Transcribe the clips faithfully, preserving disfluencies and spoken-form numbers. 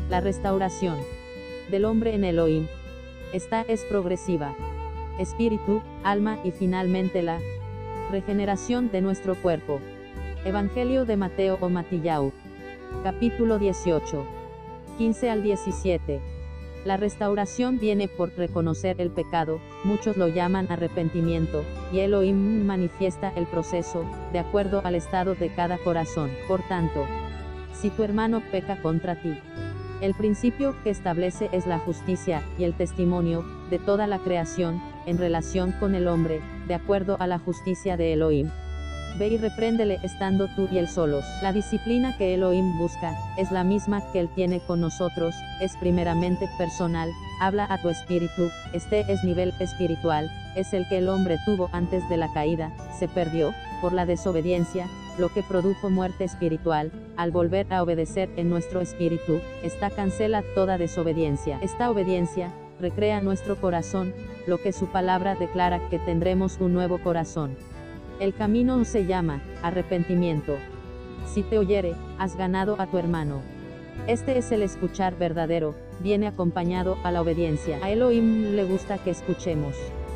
La restauración del hombre en Elohim. Esta es progresiva. Espíritu, alma y finalmente la regeneración de nuestro cuerpo. Evangelio de Mateo o Matillau. Capítulo dieciocho. quince al diecisiete. La restauración viene por reconocer el pecado, muchos lo llaman arrepentimiento, y Elohim manifiesta el proceso, de acuerdo al estado de cada corazón. Por tanto, si tu hermano peca contra ti, el principio que establece es la justicia, y el testimonio, de toda la creación, en relación con el hombre, de acuerdo a la justicia de Elohim. Ve y repréndele estando tú y él solos. La disciplina que Elohim busca, es la misma que él tiene con nosotros, es primeramente personal, habla a tu espíritu, este es nivel espiritual, es el que el hombre tuvo antes de la caída, se perdió, por la desobediencia, lo que produjo muerte espiritual, al volver a obedecer en nuestro espíritu, esta cancela toda desobediencia. Esta obediencia, recrea nuestro corazón, lo que su palabra declara que tendremos un nuevo corazón. El camino se llama arrepentimiento. Si te oyere, has ganado a tu hermano. Este es el escuchar verdadero, viene acompañado a la obediencia. A Elohim le gusta que escuchemos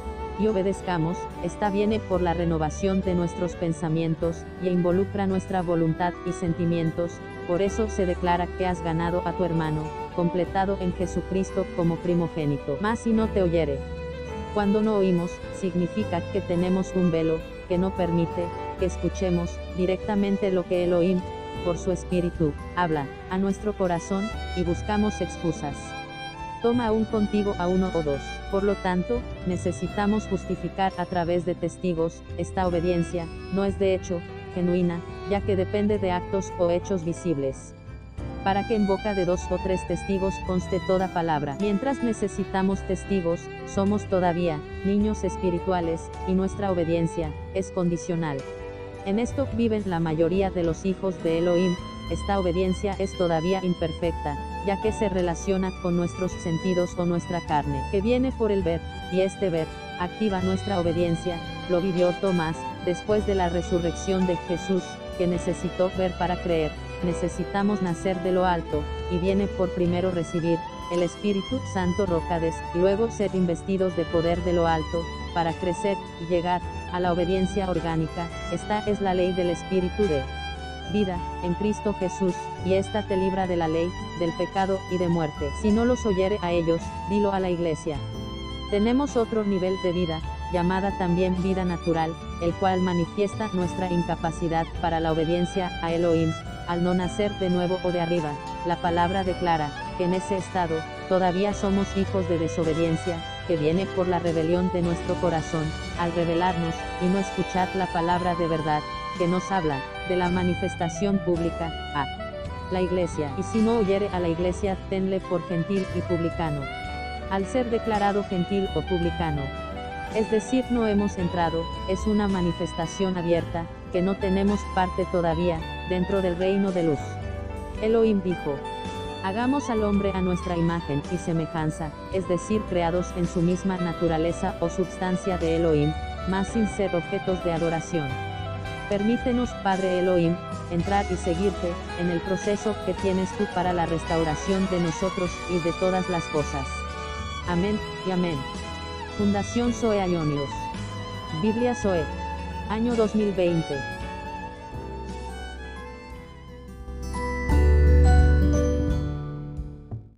y obedezcamos, esta viene por la renovación de nuestros pensamientos, y involucra nuestra voluntad y sentimientos, por eso se declara que has ganado a tu hermano, completado en Jesucristo como primogénito. Mas si no te oyere, cuando no oímos, significa que tenemos un velo, que no permite, que escuchemos, directamente lo que Elohim, por su espíritu, habla, a nuestro corazón, y buscamos excusas. Toma aún contigo a uno o dos. Por lo tanto, necesitamos justificar a través de testigos, esta obediencia, no es de hecho, genuina, ya que depende de actos o hechos visibles. Para que en boca de dos o tres testigos conste toda palabra. Mientras necesitamos testigos, somos todavía niños espirituales, y nuestra obediencia es condicional. En esto viven la mayoría de los hijos de Elohim. Esta obediencia es todavía imperfecta, ya que se relaciona con nuestros sentidos o nuestra carne, que viene por el ver, y este ver activa nuestra obediencia. Lo vivió Tomás, después de la resurrección de Jesús, que necesitó ver para creer. Necesitamos nacer de lo alto, y viene por primero recibir el Espíritu Santo Rocades, y luego ser investidos de poder de lo alto, para crecer y llegar a la obediencia orgánica. Esta es la ley del Espíritu de vida en Cristo Jesús, y esta te libra de la ley, del pecado y de muerte. Si no los oyere a ellos, dilo a la iglesia. Tenemos otro nivel de vida, llamada también vida natural, el cual manifiesta nuestra incapacidad para la obediencia a Elohim, al no nacer de nuevo o de arriba. La palabra declara, que en ese estado, todavía somos hijos de desobediencia, que viene por la rebelión de nuestro corazón, al rebelarnos, y no escuchar la palabra de verdad, que nos habla, de la manifestación pública, a la iglesia. Y si no oyere a la iglesia, tenle por gentil y publicano. Al ser declarado gentil o publicano, es decir, no hemos entrado, es una manifestación abierta, que no tenemos parte todavía, dentro del reino de luz. Elohim dijo, hagamos al hombre a nuestra imagen y semejanza, es decir, creados en su misma naturaleza o substancia de Elohim, mas sin ser objetos de adoración. Permítenos, Padre Elohim, entrar y seguirte, en el proceso que tienes tú para la restauración de nosotros y de todas las cosas. Amén, y amén. Fundación Zoe Aionios. Biblia Zoe. Año dos mil veinte.